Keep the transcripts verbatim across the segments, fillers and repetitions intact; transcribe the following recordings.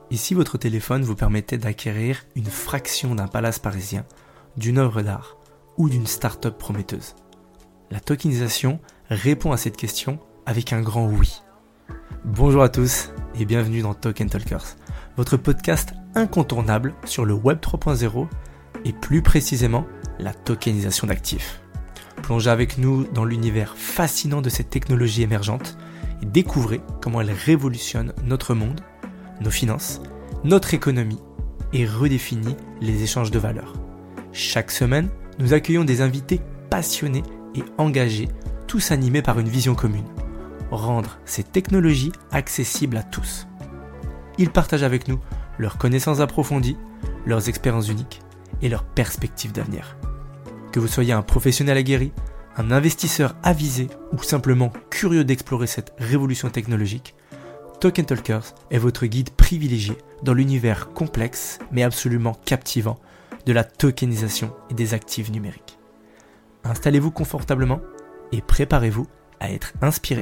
Et si votre téléphone vous permettait d'acquérir une fraction d'un palace parisien, d'une œuvre d'art ou d'une start-up prometteuse? La tokenisation répond à cette question avec un grand oui. Bonjour à tous et bienvenue dans Token Talkers, votre podcast incontournable sur le Web trois point zéro et plus précisément la tokenisation d'actifs. Plongez avec nous dans l'univers fascinant de cette technologie émergente et découvrez comment elle révolutionne notre monde, nos finances, notre économie et redéfinit les échanges de valeurs. Chaque semaine, nous accueillons des invités passionnés et engagés, tous animés par une vision commune: rendre ces technologies accessibles à tous. Ils partagent avec nous leurs connaissances approfondies, leurs expériences uniques et leurs perspectives d'avenir. Que vous soyez un professionnel aguerri, un investisseur avisé ou simplement curieux d'explorer cette révolution technologique, Token Talkers est votre guide privilégié dans l'univers complexe mais absolument captivant de la tokenisation et des actifs numériques. Installez-vous confortablement et préparez-vous à être inspiré.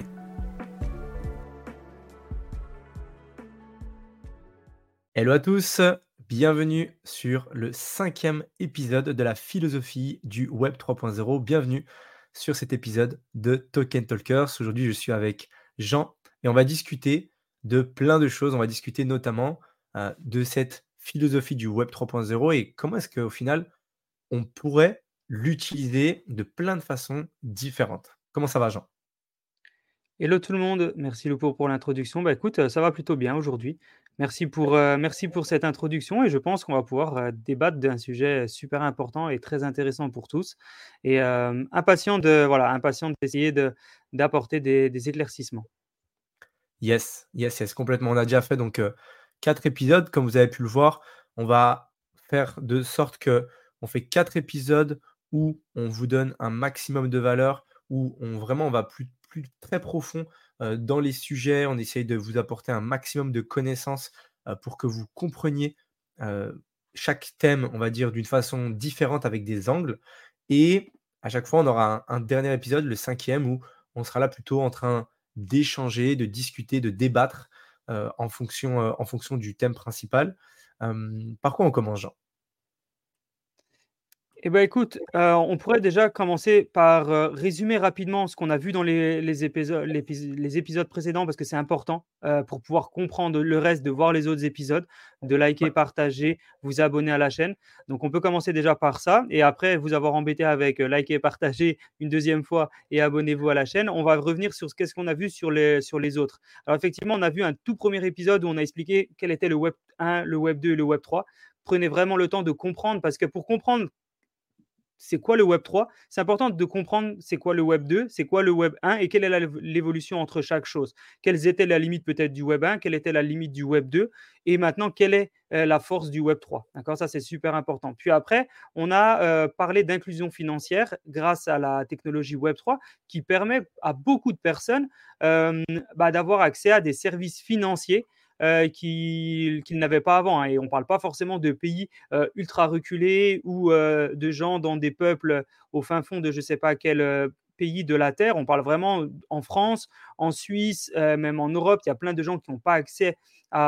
Hello à tous, bienvenue sur le cinquième épisode de la philosophie du Web trois point zéro. Bienvenue sur cet épisode de Token Talkers. Aujourd'hui, je suis avec Jean et on va discuter de plein de choses. On va discuter notamment euh, de cette philosophie du Web trois point zéro et comment est-ce qu'au final, on pourrait l'utiliser de plein de façons différentes. Comment ça va, Jean? Hello tout le monde, merci Lupo pour l'introduction. Bah écoute, euh, ça va plutôt bien aujourd'hui. Merci pour, euh, merci pour cette introduction et je pense qu'on va pouvoir euh, débattre d'un sujet super important et très intéressant pour tous. Et euh, impatient de, voilà, impatient d'essayer de, d'apporter des, des éclaircissements. Yes, yes, yes, complètement. On a déjà fait donc euh, quatre épisodes, comme vous avez pu le voir. On va faire de sorte que on fait quatre épisodes où on vous donne un maximum de valeur, où on vraiment on va plus, plus très profond euh, dans les sujets. On essaye de vous apporter un maximum de connaissances euh, pour que vous compreniez euh, chaque thème, on va dire, d'une façon différente avec des angles. Et à chaque fois, on aura un, un dernier épisode, le cinquième, où on sera là plutôt en train d'échanger, de discuter, de débattre, heu, en fonction, heu, en fonction du thème principal. Hem, par quoi on commence, Jean? Eh ben, écoute, heu, on pourrait déjà commencer par, heu, résumer rapidement ce qu'on a vu dans les les épiso l'épis les épisodes précédents parce que c'est important, heu, pour pouvoir comprendre le reste, de voir les autres épisodes, de liker, Ouais. partager, vous abonner à la chaîne. Donc on peut commencer déjà par ça et après vous avoir embêté avec, heu, liker, partager une deuxième fois et abonnez-vous à la chaîne. On va revenir sur ce qu'est-ce qu'on a vu sur les sur les autres. Alors effectivement, on a vu un tout premier épisode où on a expliqué quel était le web un, le web deux et le web trois. Prenez vraiment le temps de comprendre parce que pour comprendre c'est quoi le web trois? C'est important de comprendre c'est quoi le web deux, c'est quoi le web un et quelle est la l'évolution entre chaque chose. Quelles étaient la limite peut-être du web un, quelle était la limite du web deux et maintenant quelle est, heu, la force du web trois. D'accord? Ça, c'est super important. Puis après, on a, heu, parlé d'inclusion financière grâce à la technologie web trois qui permet à beaucoup de personnes, hem, bah, d'avoir accès à des services financiers, heu, qu'ils qu'ils n'avaient pas avant, hein, et on ne parle pas forcément de pays euh, ultra reculés ou euh, de gens dans des peuples au fin fond de je ne sais pas quel euh, pays de la Terre. On parle vraiment en France, en Suisse, euh, même en Europe. Il y a plein de gens qui n'ont pas accès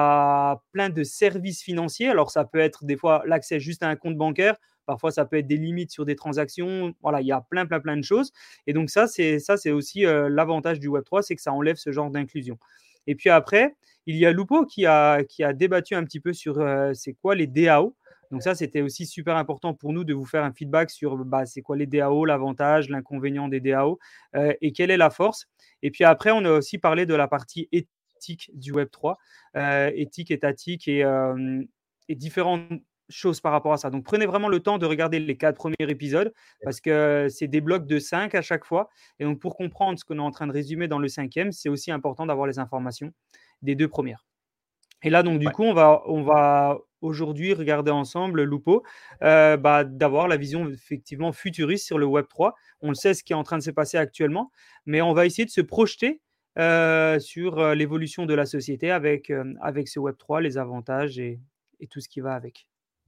à plein de services financiers. Alors ça peut être des fois l'accès juste à un compte bancaire. Parfois, ça peut être des limites sur des transactions. Voilà, il y a plein, plein, plein de choses. Et donc ça, c'est ça, c'est aussi euh, l'avantage du web trois, c'est que ça enlève ce genre d'inclusion. Et puis après, il y a Lupo qui a, qui a débattu un petit peu sur euh, c'est quoi les D A O. Donc ça, c'était aussi super important pour nous de vous faire un feedback sur bah, c'est quoi les D A O, l'avantage, l'inconvénient des D A O euh, et quelle est la force. Et puis après, on a aussi parlé de la partie éthique du web trois, euh, éthique, étatique et, euh, et différentes choses par rapport à ça. Donc prenez vraiment le temps de regarder les quatre premiers épisodes parce que c'est des blocs de cinq à chaque fois. Et donc pour comprendre ce qu'on est en train de résumer dans le cinquième, c'est aussi important d'avoir les informations des deux premières. Et là, donc, du Ouais. coup, on va, on va aujourd'hui regarder ensemble, Lupo, euh, bah, d'avoir la vision effectivement futuriste sur le web trois. On le sait, ce qui est en train de se passer actuellement, mais on va essayer de se projeter euh, sur euh, l'évolution de la société avec, euh, avec ce web trois, les avantages et, et tout ce qui va avec.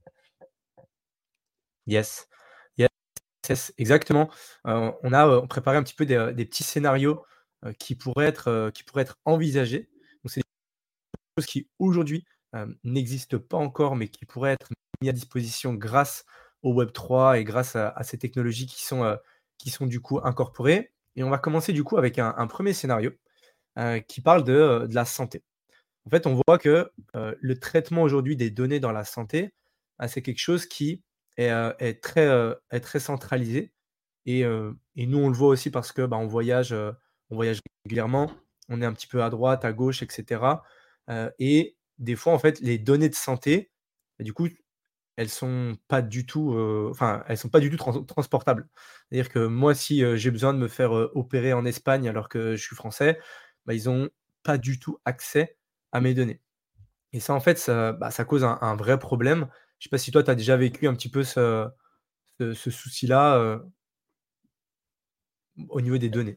Yes. Yes, yes, exactement. Heu, on a, heu, préparé un petit peu des, heu, des petits scénarios, heu, qui pourraient être, heu, qui pourraient être envisagés. Donc c'est des choses qui aujourd'hui hem, n'existent pas encore, mais qui pourraient être mis à disposition grâce au web trois et grâce à à ces technologies qui sont, heu, qui sont du coup incorporées. Et on va commencer du coup avec un un premier scénario, heu, qui parle de, heu, de la santé. En fait, on voit que, heu, le traitement aujourd'hui des données dans la santé, ah, c'est quelque chose qui est, heu, est très, heu, est très centralisé. Et heu et nous, on le voit aussi parce que, bah, on voyage, heu, on voyage régulièrement. On est un petit peu à droite, à gauche et cetera, heu et des fois, en fait, les données de santé, bah, du coup, elles sont pas du tout, heu, enfin, elles sont pas du tout trans transportables. C'est-à-dire que moi, si, heu, j'ai besoin de me faire, heu, opérer en Espagne alors que je suis français, bah, ils ont pas du tout accès à mes données. Et ça, en fait, ça, bah, ça cause un un vrai problème. Je sais pas si toi, tu as déjà vécu un petit peu ce ce ce souci-là, heu, au niveau des données?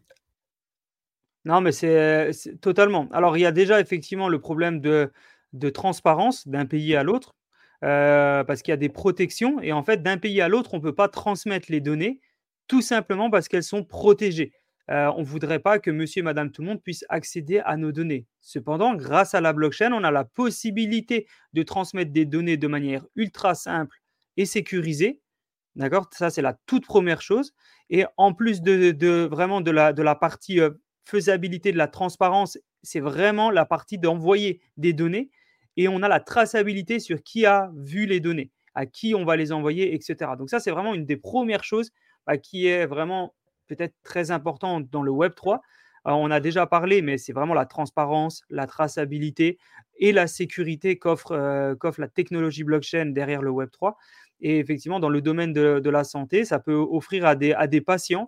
Non, mais c'est c'est totalement. Alors, il y a déjà effectivement le problème de de transparence d'un pays à l'autre, heu, parce qu'il y a des protections et en fait, d'un pays à l'autre, on ne peut pas transmettre les données, tout simplement parce qu'elles sont protégées. Heu, on ne voudrait pas que monsieur et madame tout le monde puissent accéder à nos données. Cependant, grâce à la blockchain, on a la possibilité de transmettre des données de manière ultra simple et sécurisée. D'accord? Ça, c'est la toute première chose et en plus de de vraiment de la de la partie, heu, faisabilité, de la transparence, c'est vraiment la partie d'envoyer des données et on a la traçabilité sur qui a vu les données, à qui on va les envoyer et cetera. Donc ça, c'est vraiment une des premières choses, bah, qui est vraiment peut-être très importante dans le web trois. Heu, on a déjà parlé, mais c'est vraiment la transparence, la traçabilité et la sécurité qu'offre, heu, qu'offre la technologie blockchain derrière le web trois. Et effectivement, dans le domaine de de la santé, ça peut offrir à des à des patients,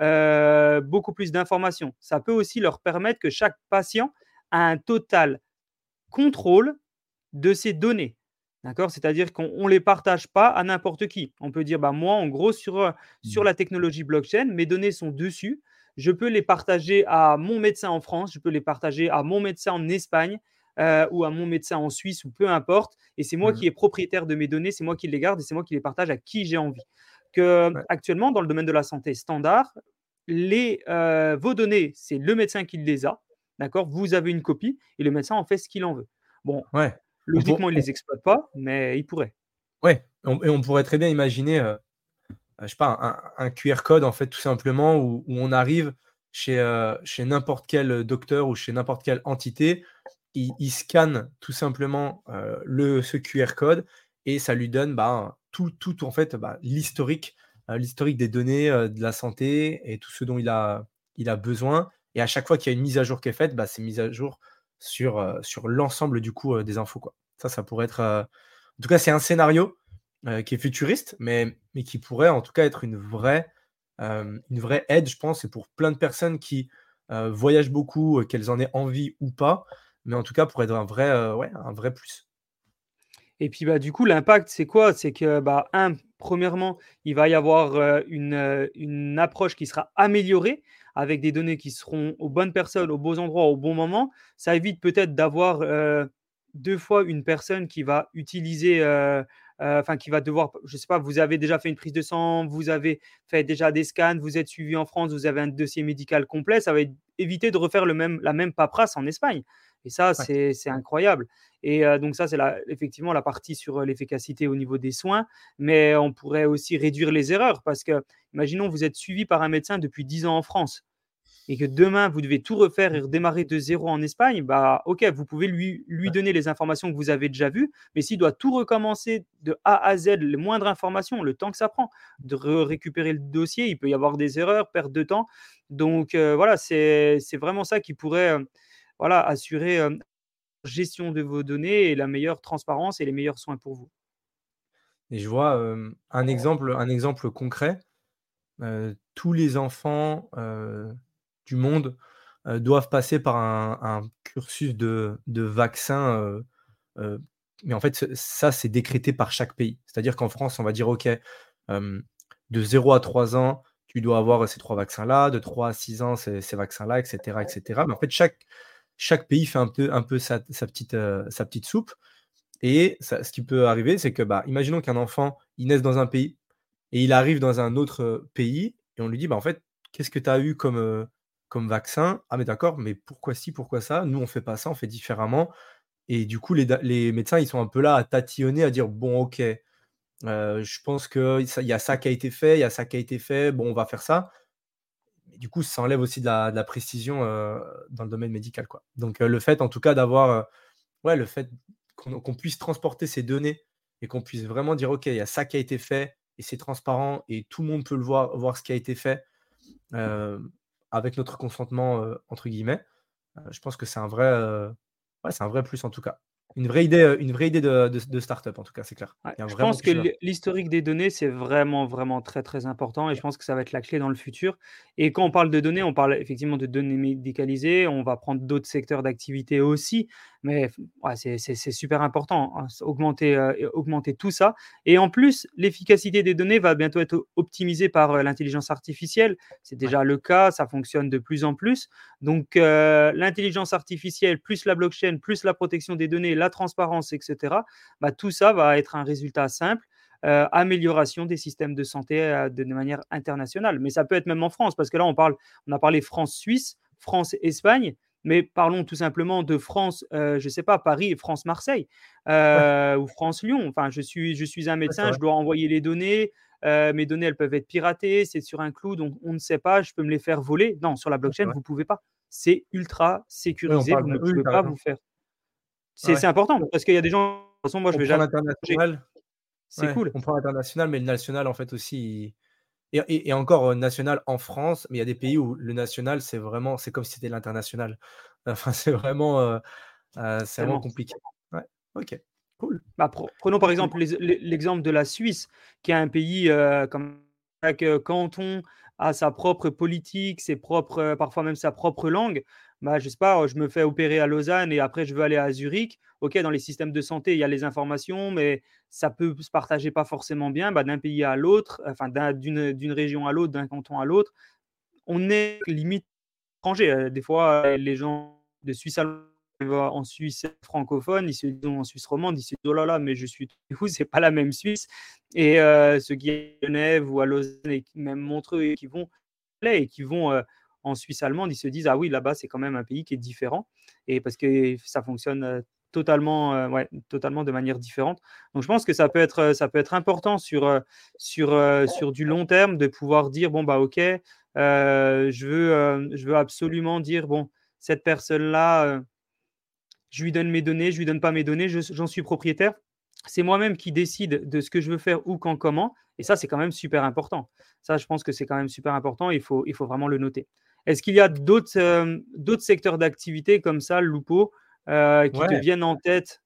heu, beaucoup plus d'informations. Ça peut aussi leur permettre que chaque patient a un total contrôle de ses données. D'accord? C'est-à-dire qu'on ne les partage pas à n'importe qui. On peut dire: «Bah, moi, en gros, sur, heu, sur Mmh. la technologie blockchain, mes données sont dessus. Je peux les partager à mon médecin en France, je peux les partager à mon médecin en Espagne, heu, ou à mon médecin en Suisse ou peu importe et c'est moi Mmh. qui est propriétaire de mes données, c'est moi qui les garde et c'est moi qui les partage à qui j'ai envie». Que Ouais. actuellement, dans le domaine de la santé standard, les, heu, vos données, c'est le médecin qui les a, d'accord? Vous avez une copie et le médecin en fait ce qu'il en veut. Bon, Ouais. On pour logiquement, il on les exploite pas, mais il pourrait. ouais, on et on pourrait très bien imaginer, heu, je sais pas, un un Q R code, en fait, tout simplement, où où on arrive chez, heu, chez n'importe quel, docteur ou chez n'importe quelle entité. Il il scanne tout simplement, heu, le ce Q R code et ça lui donne, bah, tout tout en fait, bah, l'historique, heu, l'historique des données, heu, de la santé et tout ce dont il a il a besoin. Et à chaque fois qu'il y a une mise à jour qui est faite, bah, c'est mise à jour sur, heu, sur l'ensemble du coup, heu, des infos, quoi. Ça, ça pourrait être, heu en tout cas, c'est un scénario, heu, qui est futuriste, mais mais qui pourrait en tout cas être une vraie, hem, une vraie aide, je pense, et pour plein de personnes qui, heu, voyagent beaucoup, heu, qu'elles en aient envie ou pas, mais en tout cas pour être un vrai, heu, ouais, un vrai plus. Et puis, bah, du coup, l'impact, c'est quoi? C'est que, bah, un, premièrement, il va y avoir, heu, une, heu, une approche qui sera améliorée avec des données qui seront aux bonnes personnes, aux bons endroits, au bon moment. Ça évite peut-être d'avoir, heu, deux fois une personne qui va utiliser, heu heu, enfin qui va devoir, je sais pas, vous avez déjà fait une prise de sang, vous avez fait déjà des scans, vous êtes suivi en France, vous avez un dossier médical complet, ça va é éviter de refaire le même la même paperasse en Espagne et ça, Ouais. c'est c'est incroyable. Et heu, donc ça, c'est la effectivement la partie sur, heu, l'efficacité au niveau des soins, mais on pourrait aussi réduire les erreurs parce que, imaginons vous êtes suivi par un médecin depuis dix ans en France et que demain vous devez tout refaire et redémarrer de zéro en Espagne, bah, OK, vous pouvez lui lui Ouais. donner les informations que vous avez déjà vues, mais s'il doit tout recommencer de A à Z, les moindres informations, le temps que ça prend de re récupérer le dossier, il peut y avoir des erreurs, perte de temps. Donc heu, voilà, c'est c'est vraiment ça qui pourrait, heu, voilà, assurer, hem gestion de vos données et la meilleure transparence et les meilleurs soins pour vous. Et je vois, hem, un exemple un exemple concret, heu, tous les enfants, heu, du monde, heu, doivent passer par un un cursus de de vaccin, heu heu, mais en fait, ce ça, c'est décrété par chaque pays. C'est-à-dire qu'en France, on va dire: «OK, hem, de zéro à trois ans, tu dois avoir ces trois vaccins-là, de trois à six ans, ces ces vaccins-là» et cetera et cetera. Mais en fait, chaque chaque pays fait un peu un peu sa sa petite, heu, sa petite soupe. Et ça, ce qui peut arriver, c'est que, bah, imaginons qu'un enfant, il naisse dans un pays et il arrive dans un autre, heu, pays et on lui dit: «Bah, en fait, qu'est-ce que tu as eu comme, heu, comme vaccin?» «Ah mais d'accord, mais pourquoi ci, pourquoi ça? Nous, on fait pas ça, on fait différemment». Et du coup, les, da- les médecins, ils sont un peu là à tatillonner, à dire, bon, ok, euh, je pense qu'il y a ça qui a été fait, il y a ça qui a été fait, bon, on va faire ça. Et du coup, ça enlève aussi de la, de la précision euh, dans le domaine médical, quoi. Donc, euh, le fait, en tout cas, d'avoir, euh, ouais, le fait qu'on qu'on puisse transporter ces données et qu'on puisse vraiment dire, OK, il y a ça qui a été fait et c'est transparent et tout le monde peut le voir, voir ce qui a été fait euh, avec notre consentement, euh, entre guillemets, euh, je pense que c'est un vrai, euh, ouais, c'est un vrai plus en tout cas. Une vraie idée, euh, une vraie idée de, de, de start-up en tout cas, c'est clair. Ouais, Il y a je vraiment pense quelque que chose à faire. l'hi l'historique des données, c'est vraiment, vraiment très, très important et je pense que ça va être la clé dans le futur et quand on parle de données, on parle effectivement de données médicalisées, on va prendre d'autres secteurs d'activité aussi, mais f ouais, c'est c'est c'est super important, hein, s augmenter, heu et augmenter tout ça et en plus, l'efficacité des données va bientôt être o optimisée par, heu, l'intelligence artificielle. C'est Ouais, déjà le cas, ça fonctionne de plus en plus donc heu, l'intelligence artificielle, plus la blockchain, plus la protection des données, la transparence et cetera, bah, tout ça va être un résultat simple, heu, amélioration des systèmes de santé, heu, de manière internationale. Mais ça peut être même en France, parce que là, on parle on a parlé France-Suisse, France-Espagne, mais parlons tout simplement de France, heu, je sais pas, Paris et France-Marseille, ouais, heu, ou France-Lyon. Enfin, je suis je suis un ouais, c'est médecin, vrai. je dois envoyer les données, heu, mes données, elles peuvent être piratées, c'est sur un cloud, on on ne sait pas, je peux me les faire voler. Non, sur la Ouais, c'est blockchain, vrai. vous pouvez pas. C'est ultra Oui, on sécurisé, parle vous de. ne Oui, pouvez t'as pas raison. vous faire Ouais, c'est ouais. c'est important parce qu'il y a des gens de toute façon, moi, je On vais prend jamais changer. l'international. C'est Ouais, cool. on prend l'international, mais le national, en fait, aussi. il- Et, et, et encore euh, national en France, mais il y a des pays où le national, c'est vraiment, c'est comme si c'était l'international. Enfin, c'est vraiment, euh, euh, c'est vraiment Tellement. compliqué. Ouais, ok, cool, Bah, pre prenons par cool, cool, exemple cool. les l'e l'exemple de la Suisse, qui est un pays, heu, comme chaque, heu, canton a sa propre politique, ses propres, heu, parfois même sa propre langue. Bah, je sais pas, heu, je me fais opérer à Lausanne et après je veux aller à Zurich. OK, dans les systèmes de santé, il y a les informations, mais ça peut se partager pas forcément bien. Bah, d'un pays à l'autre, enfin d'un d'une d'une région à l'autre, d'un canton à l'autre, on est limite étranger. Heu, des fois, heu, les gens de Suisse allemande arrivent en Suisse francophone, ils se disent en Suisse romande, ils se disent: «Oh là là, mais je suis où c'est pas la même Suisse» et heu, ceux qui à Genève ou à Lausanne et qui même Montreux et qui vont et qui vont, heu, en Suisse allemande, ils se disent: «Ah oui, là-bas, c'est quand même un pays qui est différent» et parce que ça fonctionne, heu, totalement, heu, ouais, totalement de manière différente. Donc je pense que ça peut être, heu, ça peut être important sur, heu, sur, heu, sur du long terme de pouvoir dire: «Bon, bah, OK, heu, je veux, heu, je veux absolument dire: "Bon, cette personne-là, heu, je lui donne mes données, je lui donne pas mes données, je j'en suis propriétaire". C'est moi-même qui décide de ce que je veux faire, où, quand, comment et ça, c'est quand même super important. Ça, je pense que c'est quand même super important, il faut il faut vraiment le noter. Est-ce qu'il y a d'autres, hem, d'autres secteurs d'activité comme ça, Lupo, heu, qui te Ouais, viennent en tête?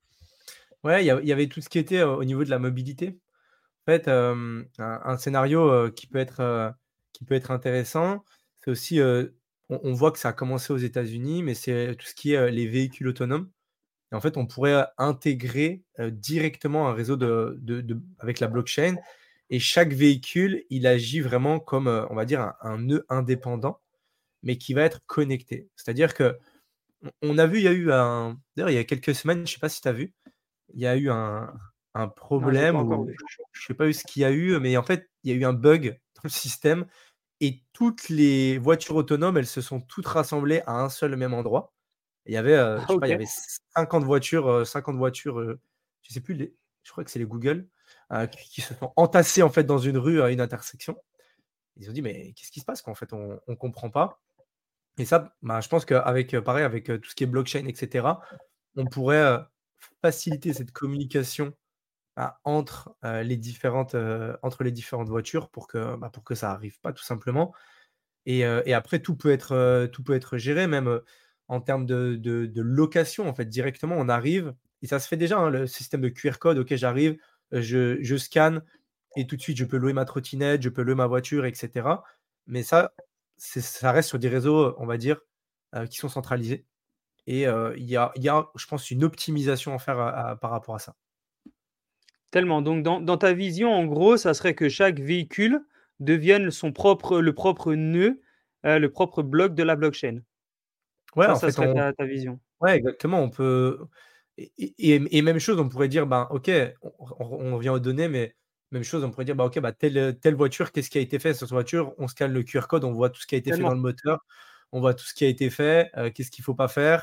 ouais, il y a il y avait tout ce qui était, heu, au niveau de la mobilité. En fait, hem, un un scénario, heu, qui peut être, heu, qui peut être intéressant, c'est aussi, heu, on on voit que ça a commencé aux États-Unis, mais c'est tout ce qui est, heu, les véhicules autonomes et en fait, on pourrait, heu, intégrer, heu, directement un réseau de de de avec la blockchain et chaque véhicule, il agit vraiment comme, heu, on va dire un un nœud indépendant, mais qui va être connecté. C'est-à-dire qu'on on a vu, il y a eu un d'ailleurs, il y a quelques semaines, je sais pas si tu as vu, il y a eu un un Non, j'ai pas problème encore où vu. je sais pas eu ce qu'il y a eu, mais en fait, il y a eu un bug dans le système et toutes les voitures autonomes, elles se sont toutes rassemblées à un seul et même endroit. Il y avait, heu, je sais pas, il y OK. avait cinquante voitures, heu, cinquante voitures, heu, je sais plus les je crois que c'est les Google, heu, qui qui se sont entassées en fait dans une rue à une intersection. Ils ont dit: «Mais qu'est-ce qui se passe, quoi, en fait? On on comprend pas» et ça, bah, je pense qu'avec, heu, pareil, avec, heu, tout ce qui est blockchain et cetera, on pourrait, heu, faciliter cette communication bah, entre, heu, les différentes, heu, entre les différentes voitures pour que, bah, pour que ça arrive pas tout simplement et heu et après tout peut être, heu, tout peut être géré même, heu, en termes de de de location en fait. Directement on arrive et ça se fait déjà, hein, le système de Q R code. OK, j'arrive, heu, je je scanne et tout de suite je peux louer ma trottinette, je peux louer ma voiture et cetera. Mais ça, c'est ça reste sur des réseaux, on va dire, heu, qui sont centralisés et heu, il y a il y a, je pense, une optimisation à faire à à par rapport à ça. Tellement. Donc dans dans ta vision, en gros, ça serait que chaque véhicule devienne son propre le propre nœud, heu, le propre bloc de la blockchain. Ouais, Ça, en ça fait serait on ta ta vision? Ouais, exactement, on peut et et et et même chose, on pourrait dire, ben, OK, on on on revient aux données, mais même chose, on pourrait dire, bah, OK, bah, telle, telle voiture, qu'est-ce qui a été fait sur cette voiture? On scanne le Q R code, on voit tout ce qui a été fait dans Tellement. le moteur, on voit tout ce qui a été fait, heu, qu'est-ce qu'il faut pas faire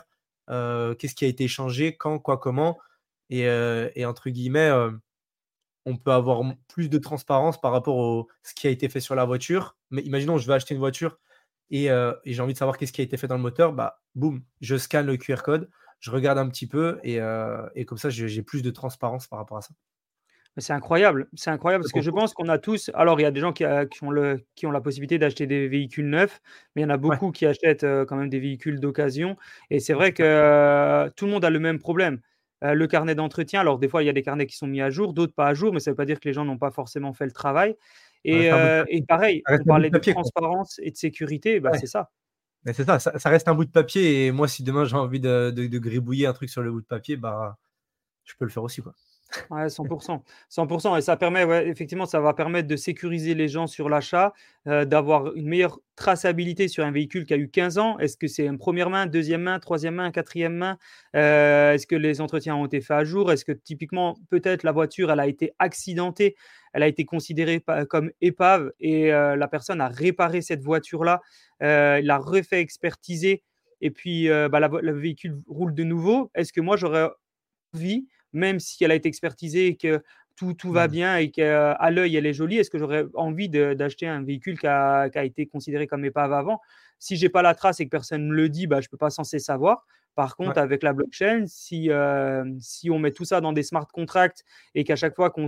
heu, qu'est-ce qui a été changé, quand, quoi, comment et heu et entre guillemets, heu, on peut avoir m plus de transparence par rapport au ce qui a été fait sur la voiture. Mais imaginons, je veux acheter une voiture et heu et j'ai envie de savoir qu'est-ce qui a été fait dans le moteur, bah, boum, je scanne le Q R code, je regarde un petit peu et heu et comme ça, j'ai j'ai plus de transparence par rapport à ça. Mais c'est incroyable, c'est incroyable Toi, parce que tu je penses? pense qu'on a tous alors il y a des gens qui a qui ont le qui ont la possibilité d'acheter des véhicules neufs, mais il y en a Ouais, beaucoup qui achètent, heu, quand même des véhicules d'occasion et c'est ouais, vrai c'est que, clair. heu, tout le monde a le même problème. Heu, le carnet d'entretien, alors des fois il y a des carnets qui sont mis à jour, d'autres pas à jour, mais ça ne veut pas dire que les gens n'ont pas forcément fait le travail Ça et reste un bout de heu et papier. pareil, Ça on reste un bout de parlait de papier, quoi. transparence et de sécurité, bah, Ouais, c'est ça. mais c'est ça, ça ça reste un bout de papier et moi, si demain j'ai envie de de de gribouiller un truc sur le bout de papier, bah, je peux le faire aussi, quoi. Ouais, cent pour cent, cent pour cent et ça permet, ouais, effectivement, ça va permettre de sécuriser les gens sur l'achat, heu, d'avoir une meilleure traçabilité sur un véhicule qui a eu quinze ans. Est-ce que c'est une première main, deuxième main, troisième main, quatrième main? Heu, est-ce que les entretiens ont été faits à jour? Est-ce que typiquement, peut-être la voiture, elle a été accidentée, elle a été considérée pa comme épave et heu, la personne a réparé cette voiture-là, heu, l'a refait expertiser et puis, heu, bah, la voi le véhicule roule de nouveau. Est-ce que moi j'aurais vie, même si elle a été expertisée et que tout tout va Mmh. bien et qu'à l'œil elle est jolie, est-ce que j'aurais envie de d'acheter un véhicule qui a qui a été considéré comme épave avant? Si j'ai pas la trace et que personne me le dit, bah, je peux pas censé savoir. Par Ouais, contre, avec la blockchain, si, hem, si on met tout ça dans des smart contracts et qu'à chaque fois qu'on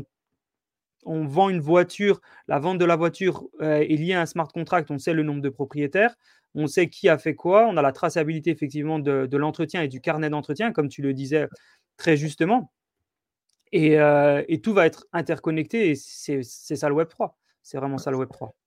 on vend une voiture, la vente de la voiture, heu, est liée à un smart contract, on sait le nombre de propriétaires, on sait qui a fait quoi, on a la traçabilité effectivement de de l'entretien et du carnet d'entretien, comme tu le disais très justement. Et heu et tout va être interconnecté et c'est c'est ça le web trois. C'est vraiment ouais, ça le web trois.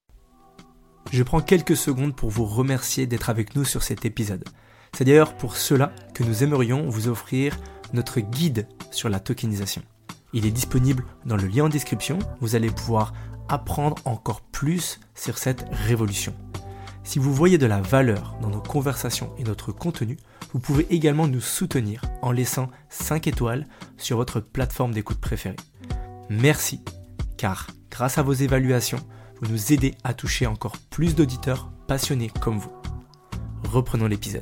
je prends quelques secondes pour vous remercier d'être avec nous sur cet épisode. C'est d'ailleurs pour cela que nous aimerions vous offrir notre guide sur la tokenisation. Il est disponible dans le lien en description, vous allez pouvoir apprendre encore plus sur cette révolution. Si vous voyez de la valeur dans nos conversations et notre contenu, vous pouvez également nous soutenir en laissant cinq étoiles sur votre plateforme d'écoute préférée. Merci, car grâce à vos évaluations, vous nous aidez à toucher encore plus d'auditeurs passionnés comme vous. Reprenons l'épisode.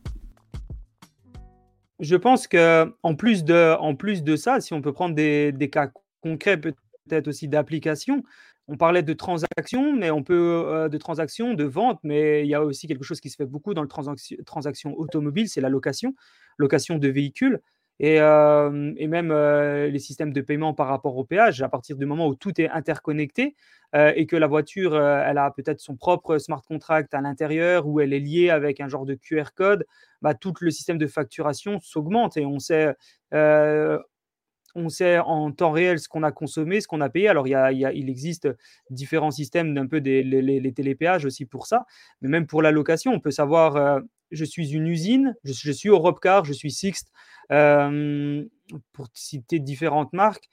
Je pense qu'en plus de en plus de ça, si on peut prendre des des cas concrets peut-être aussi d'application, on parlait de transactions, mais on peut, heu, de transactions, de ventes, mais il y a aussi quelque chose qui se fait beaucoup dans le transaction transaction automobile, c'est la location, location de véhicules et hem et même, heu, les systèmes de paiement par rapport au péage. À partir du moment où tout est interconnecté, heu et que la voiture, heu, elle a peut-être son propre smart contract à l'intérieur ou elle est liée avec un genre de Q R code, bah, tout le système de facturation s'augmente et on sait, heu, on sait en temps réel ce qu'on a consommé, ce qu'on a payé. Alors il y a il y a il existe différents systèmes d'un peu des les les les télépéages aussi pour ça, mais même pour la location, on peut savoir, heu, je suis une usine, je je suis Europcar, je suis Sixt, hem, pour citer différentes marques.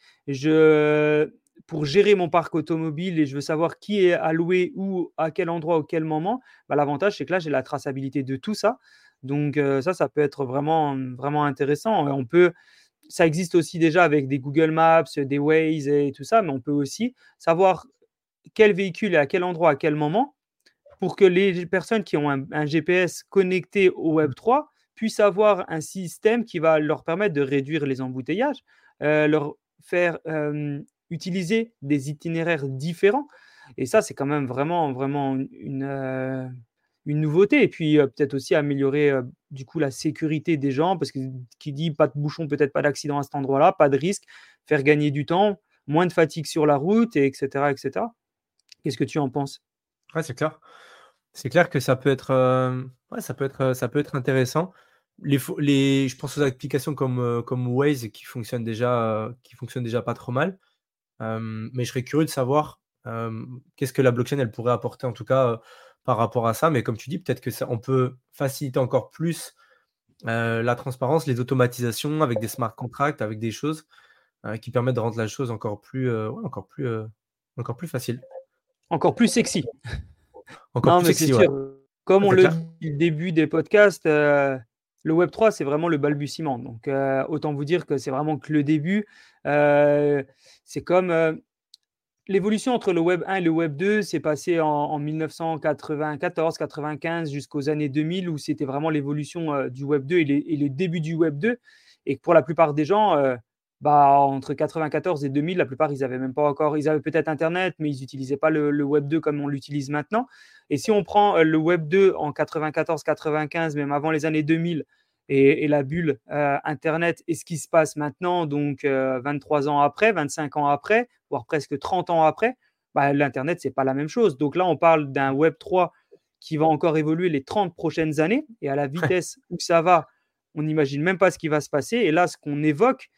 Je pour gérer mon parc automobile et je veux savoir qui est alloué où, à quel endroit, au quel moment, bah, l'avantage c'est que là, j'ai la traçabilité de tout ça. Donc heu, ça, ça peut être vraiment, vraiment intéressant. On peut ça existe aussi déjà avec des Google Maps, des Waze et tout ça, mais on peut aussi savoir quel véhicule est à quel endroit, à quel moment, pour que les personnes qui ont un, un G P S connecté au web trois puissent avoir un système qui va leur permettre de réduire les embouteillages, euh, leur faire euh, utiliser des itinéraires différents. Et ça, c'est quand même vraiment, vraiment une, euh, une nouveauté. Et puis, euh, peut-être aussi améliorer euh, du coup la sécurité des gens, parce que qui dit pas de bouchon, peut-être pas d'accident à cet endroit-là, pas de risque, faire gagner du temps, moins de fatigue sur la route, et etc., et cetera. Qu'est-ce que tu en penses? Ouais, c'est clair. C'est clair que ça peut être, hem, ouais, ça peut être, heu, ça peut être intéressant. Les fo les je pense aux applications comme, heu, comme Waze qui fonctionnent déjà, heu, qui fonctionnent déjà pas trop mal. Hem, mais je serais curieux de savoir, hem, qu'est-ce que la blockchain, elle pourrait apporter en tout cas, heu, par rapport à ça. Mais comme tu dis, peut-être que ça on peut faciliter encore plus, heu, la transparence, les automatisations avec des smart contracts, avec des choses, heu, qui permettent de rendre la chose encore plus, heu, ouais, encore plus, heu, encore plus facile. Encore plus sexy. Encore Non, plus mais c'est sexy, ouais. sûr. Comme Ouais, on c'est le clair. dit depuis le début des podcasts, heu, le web trois, c'est vraiment le balbutiement. Donc, heu, autant vous dire que c'est vraiment que le début. Heu, c'est comme, heu L'évolution entre le web un et le web deux s'est passée en en mille neuf cent quatre-vingt-quatorze quatre-vingt-quinze jusqu'aux années deux mille où c'était vraiment l'évolution, heu, du web deux et les et les débuts du web deux et que pour la plupart des gens, heu, bah, entre quatre-vingt-quatorze et deux mille, la plupart, ils avaient même pas encore ils avaient peut-être internet, mais ils utilisaient pas le le web deux comme on l'utilise maintenant et si on prend, heu, le web deux en quatre-vingt-quatorze quatre-vingt-quinze, même avant les années deux mille et et la bulle, heu, internet et ce qui se passe maintenant donc heu, vingt-trois ans après, vingt-cinq ans après, voire presque trente ans après, bah, l'internet, c'est pas la même chose. Donc là, on parle d'un web trois qui va encore évoluer les trente prochaines années et à la vitesse où ça va, on n'imagine même pas ce qui va se passer et là, ce qu'on évoque,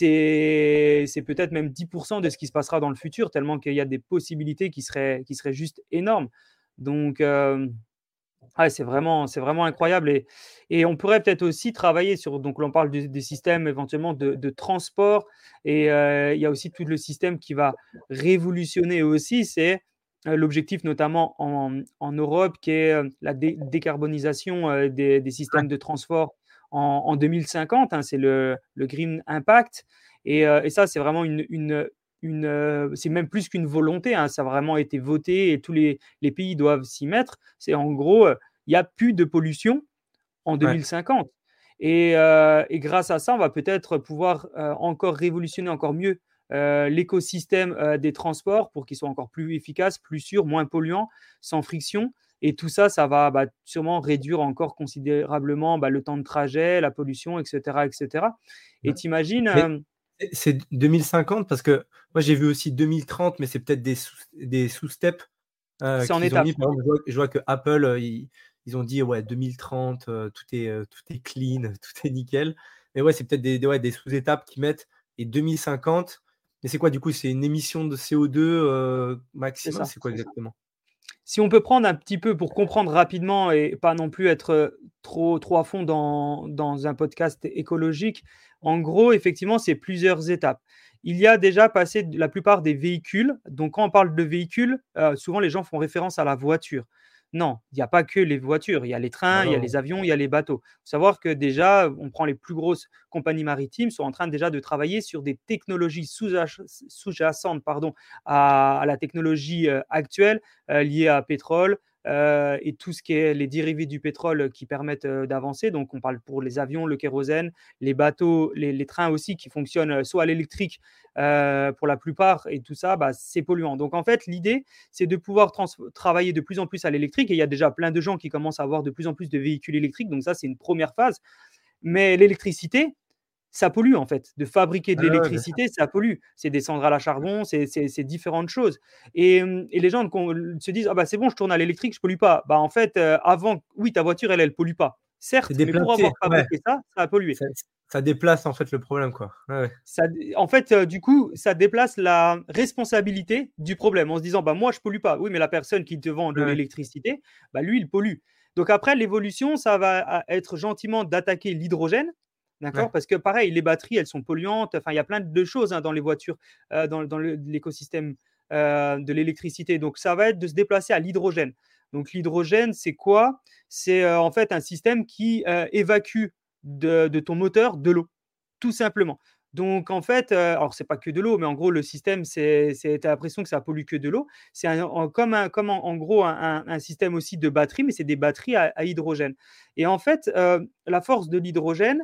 c'est c'est peut-être même dix pour cent de ce qui se passera dans le futur, tellement qu'il y a des possibilités qui seraient qui seraient juste énormes. Donc hem Ouais, c'est vraiment c'est vraiment incroyable et et on pourrait peut-être aussi travailler sur donc là, on parle des des systèmes éventuellement de de transport et heu, il y a aussi tout le système qui va révolutionner aussi, c'est, heu, l'objectif notamment en en Europe qui est, heu, la dé décarbonisation, heu, des des Ouais. systèmes de transport en en deux mille cinquante, hein, c'est le le Green Impact et heu et ça, c'est vraiment une une, une, heu, c'est même plus qu'une volonté, hein, ça a vraiment été voté et tous les les pays doivent s'y mettre. C'est en gros, heu, il y a plus de pollution en Ouais. deux mille cinquante et heu et grâce à ça, on va peut-être pouvoir, heu, encore révolutionner encore mieux, heu, l'écosystème, heu, des transports pour qu'il soit encore plus efficace, plus sûr, moins polluant, sans friction et tout ça, ça va, bah, sûrement réduire encore considérablement, bah, le temps de trajet, la pollution et cetera et cetera et Ouais. tu imagines, Mais hem c'est c'est deux mille cinquante parce que moi j'ai vu aussi deux mille trente, mais c'est peut-être des sous des sous-steps, heu, c'est en qu'ils ont étapes. mis. Par exemple, je vois je vois que Apple, heu, ils ils ont dit: «Ouais, deux mille trente, heu, tout est, heu, tout est clean, tout est nickel». Mais ouais, c'est peut-être des des ouais, des sous-étapes qu'ils mettent et deux mille cinquante, mais c'est quoi du coup? C'est une émission de C O deux, heu, C'est maximum? ça. C'est quoi exactement? Si on peut prendre un petit peu pour comprendre rapidement et pas non plus être, heu, trop trop à fond dans dans un podcast écologique, en gros, effectivement, c'est plusieurs étapes. Il y a déjà passé la plupart des véhicules, donc quand on parle de véhicules, heu, souvent les gens font référence à la voiture. Non, il y a pas que les voitures, il y a les Ah trains, il y a non. les avions, il y a les bateaux. Faut savoir que déjà, on prend les plus grosses compagnies maritimes, sont en train déjà de travailler sur des technologies sous-jach sous-jacentes, pardon, à à la technologie, heu, actuelle, heu, liées à pétrole, heu et tout ce qui est les dérivés du pétrole qui permettent, heu, d'avancer. Donc on parle pour les avions, le kérosène, les bateaux, les les trains aussi qui fonctionnent, heu, soit à l'électrique, heu, pour la plupart et tout ça, bah, c'est polluant. Donc en fait, l'idée, c'est de pouvoir trans travailler de plus en plus à l'électrique et il y a déjà plein de gens qui commencent à avoir de plus en plus de véhicules électriques, donc ça, c'est une première phase. Mais l'électricité, ça pollue en fait. De fabriquer de Ah ouais, ouais, bien sûr. l'électricité, ça pollue. C'est des centrales à charbon, c'est c'est c'est différentes choses et hem et les gens con se disent: «Ah bah, c'est bon, je tourne à l'électrique, je pollue pas». Bah, en fait, heu, avant, oui, ta voiture, elle, elle pollue pas. C'est Certes, mais pour déplacé, avoir ouais, fabriqué ça, ça a pollué. ça ça déplace en fait le problème quoi. Ouais, ouais. Ça en fait, heu, du coup, ça déplace la responsabilité du problème en se disant: «Bah, moi, je pollue pas». Oui, mais la personne qui te vend de Ouais, ouais. l'électricité, bah, lui, il pollue. Donc après, l'évolution, ça va a être gentiment d'attaquer l'hydrogène, d'accord? Ouais. Parce que pareil, les batteries, elles sont polluantes. Enfin, il y a plein de choses, hein, dans les voitures, heu, dans dans le l'écosystème, heu, de l'électricité. Donc ça va être de se déplacer à l'hydrogène. Donc l'hydrogène, c'est quoi? C'est, heu, en fait, un système qui, heu, évacue de de ton moteur de l'eau, tout simplement. Donc en fait, heu, alors c'est pas que de l'eau, mais en gros le système c'est c'est tu as l'impression que ça pollue que de l'eau. C'est un en comme un comme en en gros un un un système aussi de batterie, mais c'est des batteries à à hydrogène et en fait, heu, la force de l'hydrogène,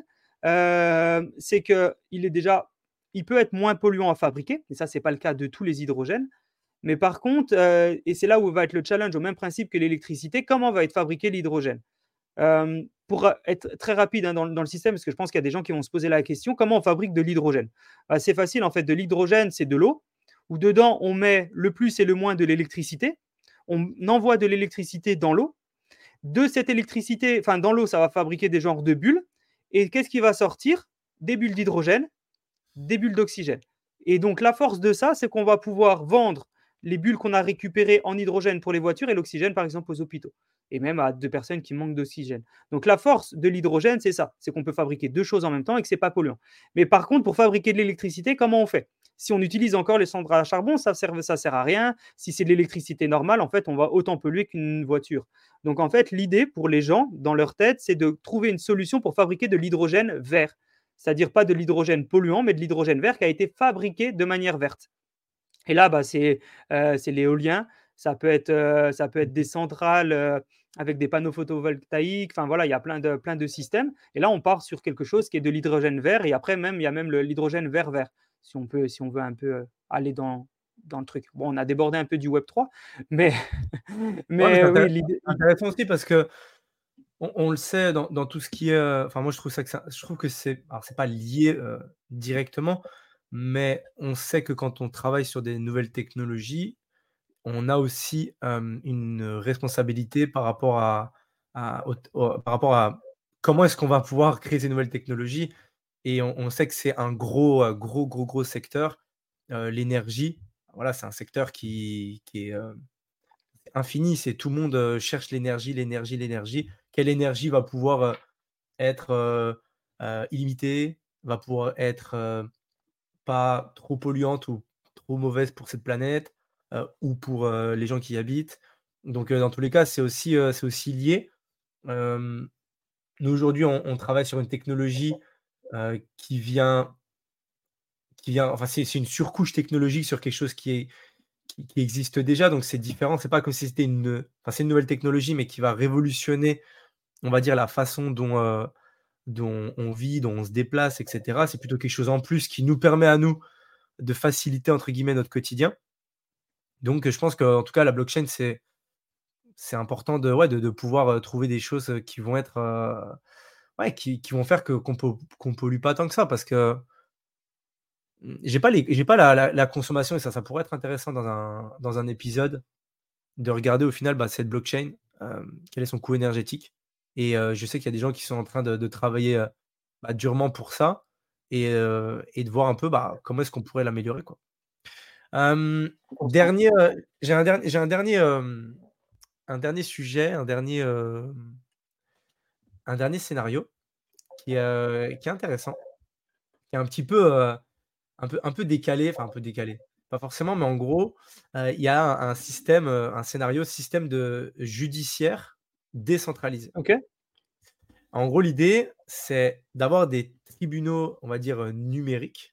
heu, c'est qu'il est déjà il peut être moins polluant à fabriquer et ça c'est pas le cas de tous les hydrogènes. Mais par contre, heu et c'est là où va être le challenge au même principe que l'électricité, comment va être fabriqué l'hydrogène? Hem, pour être très rapide, hein, dans le dans le système, parce que je pense qu'il y a des gens qui vont se poser la question: «Comment on fabrique de l'hydrogène?» Bah, c'est facile en fait, de l'hydrogène, c'est de l'eau, où dedans on met le plus et le moins de l'électricité. On envoie de l'électricité dans l'eau. De cette électricité enfin dans l'eau, ça va fabriquer des genres de bulles et qu'est-ce qui va sortir? Des bulles d'hydrogène, des bulles d'oxygène. Et donc la force de ça, c'est qu'on va pouvoir vendre les bulles qu'on a récupérées en hydrogène pour les voitures et l'oxygène, par exemple, aux hôpitaux et même à des personnes qui manquent d'oxygène. Donc la force de l'hydrogène, c'est ça, c'est qu'on peut fabriquer deux choses en même temps et que c'est pas polluant. Mais par contre, pour fabriquer de l'électricité, comment on fait? Si on utilise encore les centrales à charbon, ça sert, ça sert à rien. Si c'est de l'électricité normale, en fait, on va autant polluer qu'une voiture. Donc en fait, l'idée pour les gens, dans leur tête, c'est de trouver une solution pour fabriquer de l'hydrogène vert, c'est-à-dire pas de l'hydrogène polluant, mais de l'hydrogène vert qui a été fabriqué de manière verte. Et là, bah, c'est, heu, c'est l'éolien, ça peut être, heu, ça peut être des centrales, heu, avec des panneaux photovoltaïques, enfin voilà, il y a plein de plein de systèmes et là, on part sur quelque chose qui est de l'hydrogène vert et après même, il y a même le l'hydrogène vert-vert, si on peut si on veut un peu, heu, aller dans dans le truc. Bon, on a débordé un peu du web trois, mais Ouais, mais c'est mais intér oui, l'idée l'i intéressant aussi parce qu'on on le sait dans dans tout ce qui est, heu, enfin moi je trouve ça que ça je trouve que c'est alors c'est pas lié, heu, directement, mais on sait que quand on travaille sur des nouvelles technologies, on a aussi, hem, une responsabilité par rapport à à au t au par rapport à comment est-ce qu'on va pouvoir créer ces nouvelles technologies et on on sait que c'est un gros, heu, gros, gros, gros secteur, heu, l'énergie. Voilà, c'est un secteur qui qui est, heu, infini, c'est tout le monde, heu, cherche l'énergie, l'énergie, l'énergie. Quelle énergie va pouvoir, heu, être, heu heu, illimitée, va pouvoir être, heu, pas trop polluante ou trop mauvaise pour cette planète, heu, ou pour, heu, les gens qui y habitent. Donc, heu, dans tous les cas, c'est aussi, heu, c'est aussi lié. Hem, nous aujourd'hui, on on travaille sur une technologie, heu, qui vient qui vient enfin, c'est c'est une surcouche technologique sur quelque chose qui est qui qui existe déjà, donc c'est différent. C'est pas comme si c'était une, enfin, c'est une nouvelle technologie, mais qui va révolutionner, on va dire, la façon dont, heu, dont on vit, dont on se déplace et cetera. C'est plutôt quelque chose en plus qui nous permet à nous de «faciliter» entre guillemets notre quotidien. Donc, heu, je pense qu'en tout cas la blockchain c'est c'est important de ouais, de de pouvoir, heu, trouver des choses, heu, qui vont être, heu, ouais, qui qui vont faire que qu'on po qu'on pollue pas tant que ça parce que mmh, j'ai pas les j'ai pas la la la consommation et ça, ça pourrait être intéressant dans un dans un épisode de regarder au final, bah, cette blockchain, hem, quel est son coût énergétique et heu, je sais qu'il y a des gens qui sont en train de de travailler, heu, bah, durement pour ça et heu et de voir un peu, bah, comment est-ce qu'on pourrait l'améliorer, quoi. Hem, Franchement. dernier, heu, j'ai un dernier j'ai un dernier, hem, un dernier sujet, un dernier, hem, un dernier scénario qui est, heu, qui est intéressant, qui est un petit peu, heu, un peu un peu décalé, enfin un peu décalé, pas forcément, mais en gros, heu, il y a un un système, heu, un scénario système de judiciaire décentralisé. OK. En gros, l'idée, c'est d'avoir des tribunaux, on va dire, heu, numériques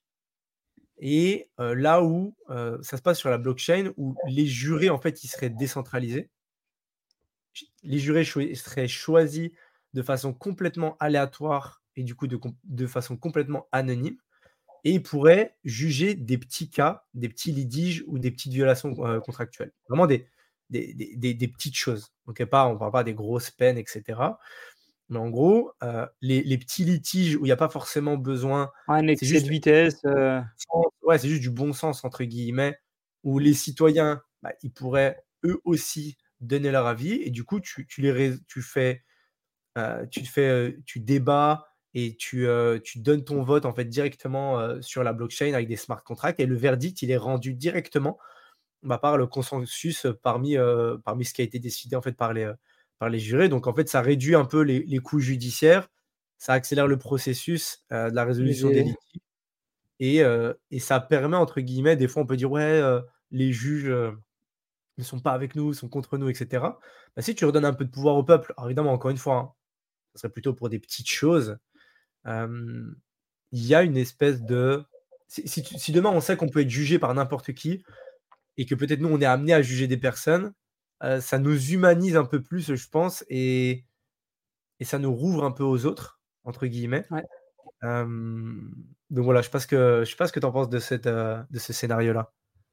et heu, là où, heu, ça se passe sur la blockchain, où les jurés, en fait, ils seraient décentralisés. Ch Les jurés choi seraient choisis de façon complètement aléatoire et du coup de com de façon complètement anonyme et ils pourraient juger des petits cas, des petits litiges ou des petites violations, heu, contractuelles. Vraiment des des des des des petites choses. OK, pas on parle pas des grosses peines et cetera. Mais en gros, heu, les les petits litiges où il y a pas forcément besoin, Un c'est excès de juste vitesse, heu sens ouais, c'est juste du «bon sens» entre guillemets, où les citoyens, bah, ils pourraient eux aussi donner leur avis et du coup tu tu les rais tu fais, heu, tu fais, heu, tu débats et tu, heu, tu donnes ton vote en fait directement, heu, sur la blockchain avec des smart contracts et le verdict, il est rendu directement, bah, par le consensus, heu, parmi, heu, parmi ce qui a été décidé en fait par les, heu, par les jurés. Donc en fait, ça réduit un peu les les coûts judiciaires, ça accélère le processus, heu, de la résolution des les litiges et heu et ça permet entre guillemets des fois on peut dire: «Ouais, heu, les juges, heu, ne sont pas avec nous, sont contre nous et cetera». Bah, si tu redonnes un peu de pouvoir au peuple, alors évidemment encore une fois, hein, ça serait plutôt pour des petites choses, hem, il y a une espèce de si si tu si demain on sait qu'on peut être jugé par n'importe qui et que peut-être nous on est amenés à juger des personnes, heu, ça nous humanise un peu plus, je pense et et ça nous «rouvre un peu aux autres» entre guillemets. ouais. Hem, donc voilà, je sais pas ce que je sais pas ce que tu en penses de cette, heu, de ce scénario-là?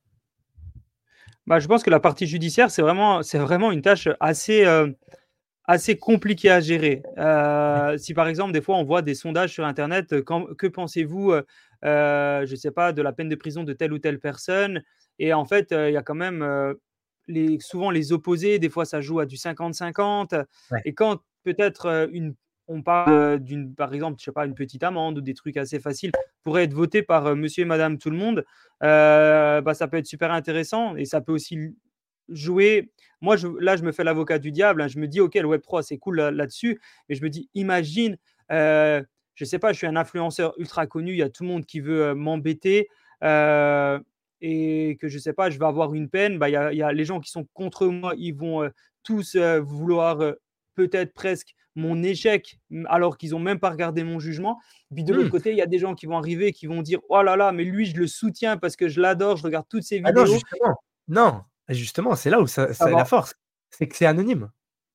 Bah, je pense que la partie judiciaire, c'est vraiment c'est vraiment une tâche assez, heu, assez compliquée à gérer. Heu, si par exemple, des fois, on voit des sondages sur internet, heu, quand que pensez-vous, heu heu, je sais pas, de la peine de prison de telle ou telle personne? Et en fait, heu, il y a quand même, heu, les souvent les opposés, des fois ça joue à du cinquante cinquante Ouais. et quand peut-être, heu, une on parle, heu, d'une par exemple, je sais pas, une petite amende ou des trucs assez faciles pourraient être votés par, heu, monsieur et madame tout le monde, heu, bah, ça peut être super intéressant et ça peut aussi l jouer moi, je là, je me fais l'avocat du diable, hein. Je me dis: «OK, le web trois, c'est cool là là-dessus», mais je me dis: «Imagine, heu, je sais pas, je suis un influenceur ultra connu, il y a tout le monde qui veut, heu, m'embêter, heu et que je sais pas, je vais avoir une peine». Bah, il y a il y a les gens qui sont contre moi, ils vont, heu, tous, heu, vouloir, heu, peut-être presque mon échec, m alors qu'ils ont même pas regardé mon jugement. Puis de l'autre Mmh. côté, il y a des gens qui vont arriver, qui vont dire: «Oh là là, mais lui, je le soutiens parce que je l'adore, je regarde toutes ses Ah non, vidéos». justement, non, justement, c'est là où ça Ça c'est la va force, c'est que c'est anonyme.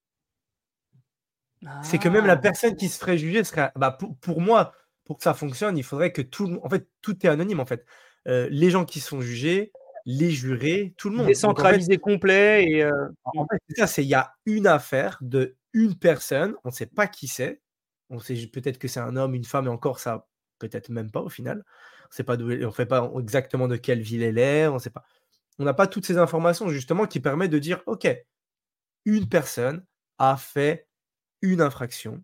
C'est que même la ah! personne qui se ferait juger serait bah, pour pour moi, pour que ça fonctionne, il faudrait que tout le mon en fait, tout est anonyme, en fait. Heu, les gens qui sont jugés, les jurés, tout le monde. Donc en fait Décentralisé complet et heu, en mmh, en fait, c'est ça, c'est il y a une affaire de une personne, on ne sait pas qui c'est. On sait ju peut-être que c'est un homme, une femme et encore ça, peut-être même pas au final. On sait pas d'où elle on fait pas exactement de quelle ville elle est, on sait pas. On n'a pas toutes ces informations justement qui permettent de dire: «OK, une personne a fait une infraction.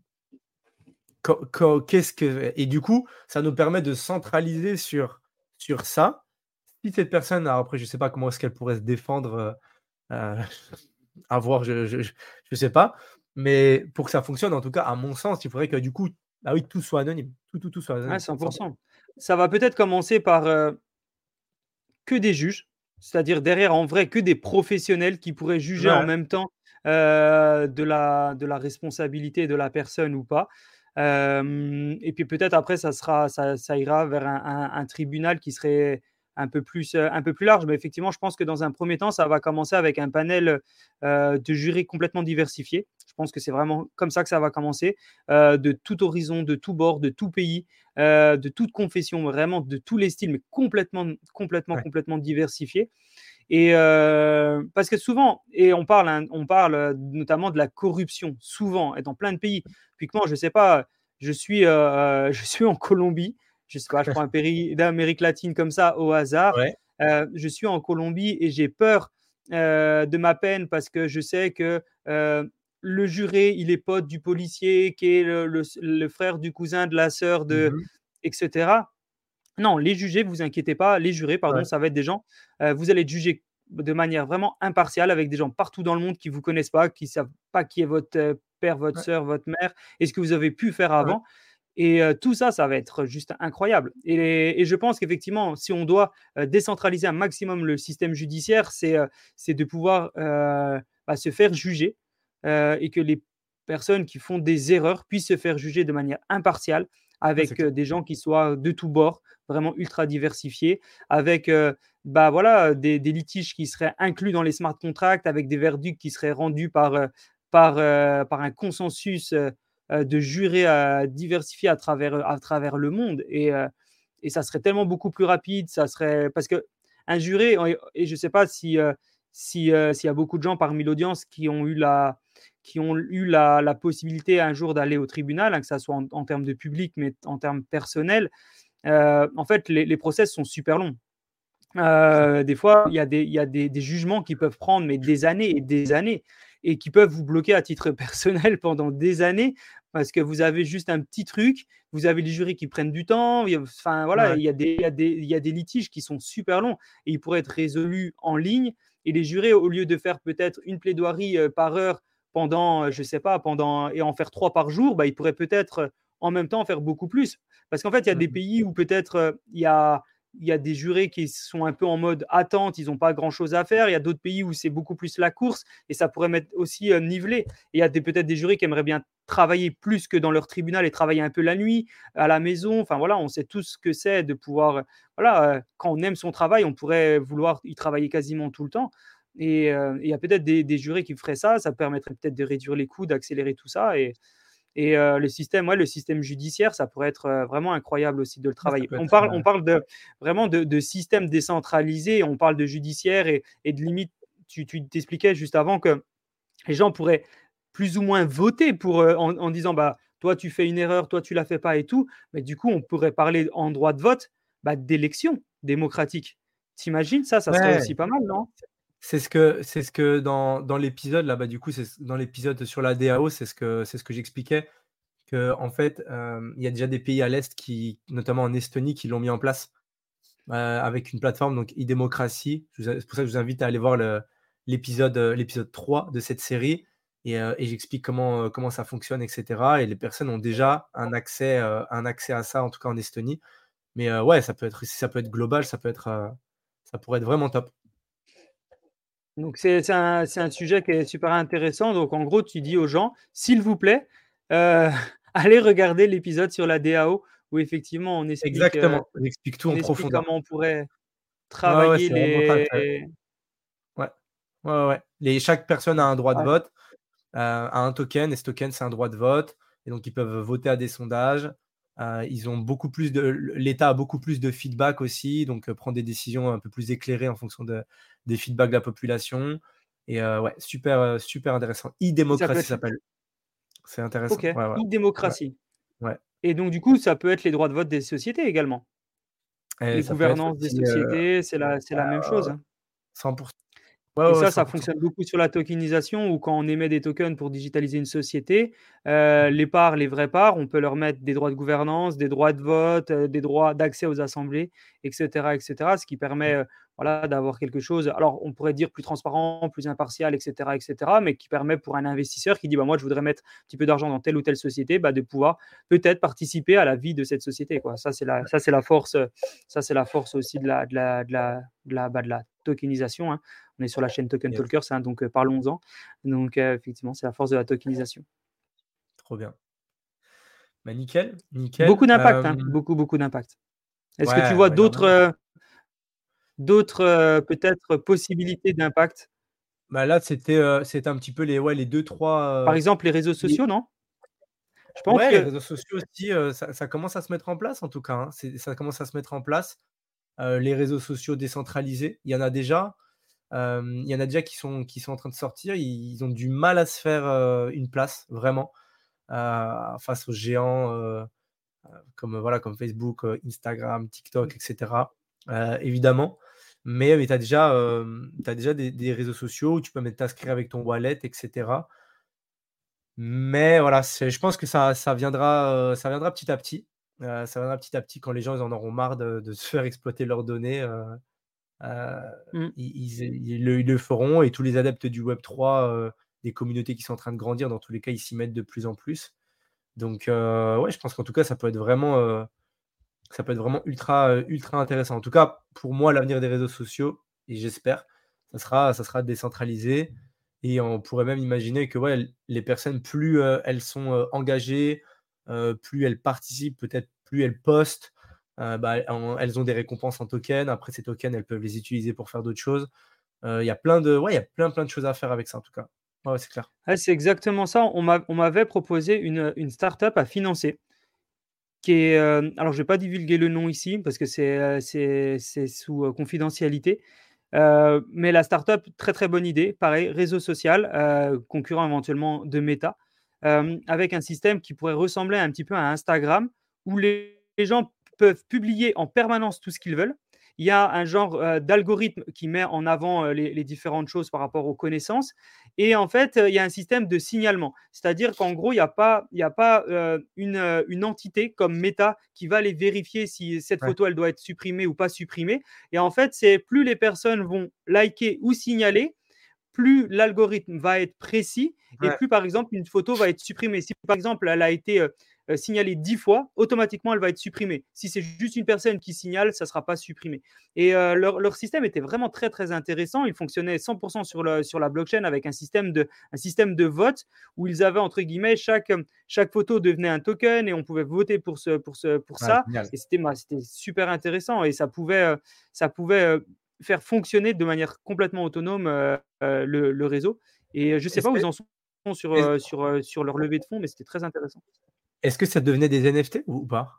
Co co qu'est-ce que» et du coup, ça nous permet de centraliser sur sur ça. Si cette personne alors après je sais pas comment est-ce qu'elle pourrait se défendre, heu heu, à voir, je je je je sais pas. Mais pour que ça fonctionne, en tout cas, à mon sens, il faudrait que du coup, bah oui, tout soit anonyme. Tout, tout, tout soit ouais, anonyme, cent cent pour cent. Ça va peut-être commencer par, heu que des juges, c'est-à-dire derrière en vrai que des professionnels qui pourraient juger en Ouais, même temps, heu, de la de la responsabilité de la personne ou pas. Hem et puis peut-être après ça sera ça ça ira vers un un un tribunal qui serait un peu plus, heu, un peu plus large. Mais effectivement, je pense que dans un premier temps, ça va commencer avec un panel, heu, de jurys complètement diversifié. Je pense que c'est vraiment comme ça que ça va commencer, heu, de tout horizon, de tout bord, de tout pays, heu, de toute confession, vraiment de tous les styles, mais complètement complètement, ouais, complètement diversifiés et heu, parce que souvent et on parle, hein, on parle, heu, notamment de la corruption, souvent et dans plein de pays. Typiquement, je sais pas, je suis, heu je suis en Colombie, je sais pas, je prends un pays d'Amérique latine comme ça au hasard, ouais. heu, je suis en Colombie et j'ai peur, heu, de ma peine parce que je sais que, heu, le juré, il est pote du policier qui est le le le frère du cousin de la sœur Mmh de mh. et cetera. Non, les jugés, vous inquiétez pas, les jurés, pardon, Ouais, ça va être des gens, heu, vous allez être jugés de manière vraiment impartiale avec des gens partout dans le monde qui vous connaissent pas, qui savent pas qui est votre, heu, père, votre ouais, sœur, votre mère et ce que vous avez pu faire ouais, avant et heu, tout ça, ça va être juste incroyable et et je pense qu'effectivement, si on doit, heu, décentraliser un maximum le système judiciaire, c'est, heu, c'est de pouvoir, heu, bah, se faire juger, heu et que les personnes qui font des erreurs puissent se faire juger de manière impartiale ouais, c'est avec, heu, clair. des gens qui soient de tous bords, vraiment ultra diversifiés, avec, heu, bah, voilà, des des litiges qui seraient inclus dans les smart contracts, avec des verdicts qui seraient rendus par, heu, par, heu, par un consensus, heu heu, de jurés, heu, diversifiés à travers, à travers le monde et heu et ça serait tellement beaucoup plus rapide, ça serait parce qu'un juré et et je ne sais pas si, heu, si, heu, s'il y a beaucoup de gens parmi l'audience qui ont eu la qui ont eu la la possibilité un jour d'aller au tribunal, hein, que ça soit en en termes de public, mais en termes personnels. Heu, en fait, les les procès sont super longs. Heu, des fois, il y a des il y a des des jugements qui peuvent prendre, mais des années et des années et qui peuvent vous bloquer à titre personnel pendant des années parce que vous avez juste un petit truc, vous avez les jurys qui prennent du temps, il y a enfin voilà, Ouais, il y a des il y a des il y a des litiges qui sont super longs et ils pourraient être résolus en ligne et les jurés, au lieu de faire peut-être une plaidoirie, heu, par heure pendant, heu, je sais pas, pendant et en faire trois par jour, bah, ils pourraient peut-être, heu, en même temps faire beaucoup plus. Parce qu'en fait, il y a mmh des mh. pays où peut-être, heu, il y a il y a des jurés qui sont un peu en mode attente, ils n'ont pas grand-chose à faire. Il y a d'autres pays où c'est beaucoup plus la course et ça pourrait mettre aussi euh, nivelé. Et il y a des, peut-être des jurés qui aimeraient bien travailler plus que dans leur tribunal et travailler un peu la nuit, à la maison. Enfin voilà, on sait tous ce que c'est de pouvoir. euh, Voilà, euh, quand on aime son travail, on pourrait vouloir y travailler quasiment tout le temps. Et euh, il y a peut-être des, des jurés qui feraient ça. Ça permettrait peut-être de réduire les coûts, d'accélérer tout ça. Et, et heu, le système, ouais, le système judiciaire, ça pourrait être, heu, vraiment incroyable aussi de le Ouais, ça travailler. peut On être, parle on heu parle de vraiment de de système décentralisé, on parle de judiciaire et et de limite, tu tu t'expliquais juste avant que les gens pourraient plus ou moins voter pour, heu, en en disant: «Bah, toi, tu fais une erreur, toi, tu la fais pas et tout». Mais du coup, on pourrait parler en droit de vote, bah, d'élection démocratique. Tu imagines ça? Ça serait ouais, aussi pas mal, non? c'est ce que c'est ce que dans dans l'épisode là, bah, du coup, c'est ce dans l'épisode sur la D A O, c'est ce que c'est ce que j'expliquais qu'en fait, hem, il y a déjà des pays à l'est qui notamment en Estonie, qui l'ont mis en place. Heu, avec une plateforme donc e-démocratie. Je vous a C'est pour ça que je vous invite à aller voir le l'épisode, heu, l'épisode trois de cette série et heu et j'explique comment, heu, comment ça fonctionne et cetera et les personnes ont déjà un accès, heu, un accès à ça, en tout cas en Estonie. Mais heu, ouais, ça peut être si ça peut être global, ça peut être, heu, ça pourrait être vraiment top. Donc c'est c'est un c'est un sujet qui est super intéressant. Donc en gros, tu dis aux gens: «S'il vous plaît, heu, allez regarder l'épisode sur la D A O où effectivement on explique, heu, Exactement, on explique tout on en explique profondeur. comment on pourrait Ouais, ouais, travailler c'est vraiment très, les très ouais. Ouais, ouais, ouais. Les chaque personne a un droit de ouais, vote, heu, a un token et ce token, c'est un droit de vote et donc ils peuvent voter à des sondages. Heu, ils ont beaucoup plus de l'État a beaucoup plus de feedback aussi, donc heu, prend des décisions un peu plus éclairées en fonction de des feedbacks de la population et heu, ouais, super, heu, super intéressant. et ça peut e-démocratie, ça être s'appelle. C'est intéressant. OK, Ouais, ouais. Ouais, e-démocratie ouais et donc du coup, ça peut être les droits de vote des sociétés également? et Les ça peut être gouvernances des aussi, heu, sociétés, c'est la c'est la même chose, hein? cent pour cent. Ouais, Et ouais, ouais, ça, ça cent pour cent. fonctionne beaucoup sur la tokenisation où quand on émet des tokens pour digitaliser une société, heu, Mmh. les parts, les vraies parts, on peut leur mettre des droits de gouvernance, des droits de vote, heu, des droits d'accès aux assemblées et cetera et cetera. Ce qui permet, heu, voilà, d'avoir quelque chose, alors on pourrait dire plus transparent, plus impartial et cetera et cetera, mais qui permet pour un investisseur qui dit: «Bah, moi, je voudrais mettre un petit peu d'argent dans telle ou telle société», bah, de pouvoir peut-être participer à la vie de cette société, quoi. Ça, c'est la ça, c'est la force, heu, ça, c'est la force aussi de la de la de la de la, bah, de la tokenisation, hein. On est sur la chaîne Token Yes, Talkers, hein, donc heu, parlons-en. Donc heu, effectivement, c'est la force de la tokenisation. trop bien. Bah, nickel, nickel. Beaucoup d'impact, hein, Hem, beaucoup, beaucoup d'impact. Est-ce que tu ouais, vois ouais, d'autres, énormément. heu, d'autres, heu, peut-être possibilités d'impact? Bah, là, c'était, heu, c'était un petit peu les ouais, les deux Par trois heu, exemple, les réseaux les sociaux, non? Je pense ouais, les que réseaux sociaux aussi, heu, ça ça commence à se mettre en place en tout cas, hein. C'est ça commence à se mettre en place. Heu, les réseaux sociaux décentralisés, il y en a déjà. Hem, il y en a déjà qui sont qui sont en train de sortir. Ils ils ont du mal à se faire, heu, une place vraiment, heu, face aux géants, heu, comme, heu, voilà, comme Facebook, heu, Instagram, TikTok et cetera, heu, évidemment. Mais mais tu as déjà, hem, tu as déjà des des réseaux sociaux où tu peux même t'inscrire avec ton wallet et cetera. Mais voilà, c'est je pense que ça ça viendra, heu, ça viendra petit à petit. Heu, ça viendra petit à petit quand les gens ils en auront marre de de se faire exploiter leurs données, heu heu, mmh, ils ils ils le ils le feront et tous les adeptes du web trois, heu, des communautés qui sont en train de grandir, dans tous les cas, ils s'y mettent de plus en plus. Donc heu, ouais, je pense qu'en tout cas, ça peut être vraiment, heu, ça peut être vraiment ultra, heu, ultra intéressant. En tout cas, pour moi, l'avenir des réseaux sociaux et j'espère, ça sera ça sera décentralisé et on pourrait même imaginer que, ouais, l les personnes plus, heu, elles sont, heu, engagées, heu, plus elles participent, peut-être plus elles postent, heu, bah, en elles ont des récompenses en tokens. Après ces tokens, elles peuvent les utiliser pour faire d'autres choses. Heu, il y a plein de ouais, il y a plein, plein de choses à faire avec ça, en tout cas. Ouais, ouais, c'est clair. ouais, c'est exactement ça. On m'a on m'avait proposé une, une start-up à financer qui est, hem, alors je vais pas divulguer le nom ici parce que c'est, heu, c'est c'est sous, heu, confidentialité. Heu, mais la start-up, très, très bonne idée. Pareil, réseau social, heu, concurrent éventuellement de Meta, hem, avec un système qui pourrait ressembler un petit peu à Instagram, où les les gens peuvent publier en permanence tout ce qu'ils veulent. Il y a un genre, heu, d'algorithme qui met en avant, heu, les les différentes choses par rapport aux connaissances et en fait, heu, il y a un système de signalement. C'est-à-dire qu'en gros, il y a pas il y a pas, heu, une, heu, une entité comme Meta qui va aller vérifier si cette Ouais, photo, elle doit être supprimée ou pas supprimée et en fait, c'est plus les personnes vont liker ou signaler, plus l'algorithme va être précis et ouais, plus, par exemple, une photo va être supprimée. Si, par exemple, elle a été euh, euh, signalée dix fois, automatiquement, elle va être supprimée. Si c'est juste une personne qui signale, ça ne sera pas supprimé. Et euh, leur, leur, système était vraiment très, très intéressant. Il fonctionnait cent pour cent sur, le, sur la blockchain avec un système, de, un système de vote où ils avaient, entre guillemets, chaque, chaque photo devenait un token et on pouvait voter pour, ce, pour, ce, pour ouais, ça. génial. Et c'était, c'était super intéressant et ça pouvait, euh, ça pouvait euh, faire fonctionner de manière complètement autonome euh, euh, le, le réseau. Et je ne sais Est-ce pas où que ils en sont sur, est euh, sur, euh, sur leur levée de fonds, mais c'était très intéressant. est-ce que ça devenait des N F T ou ou pas?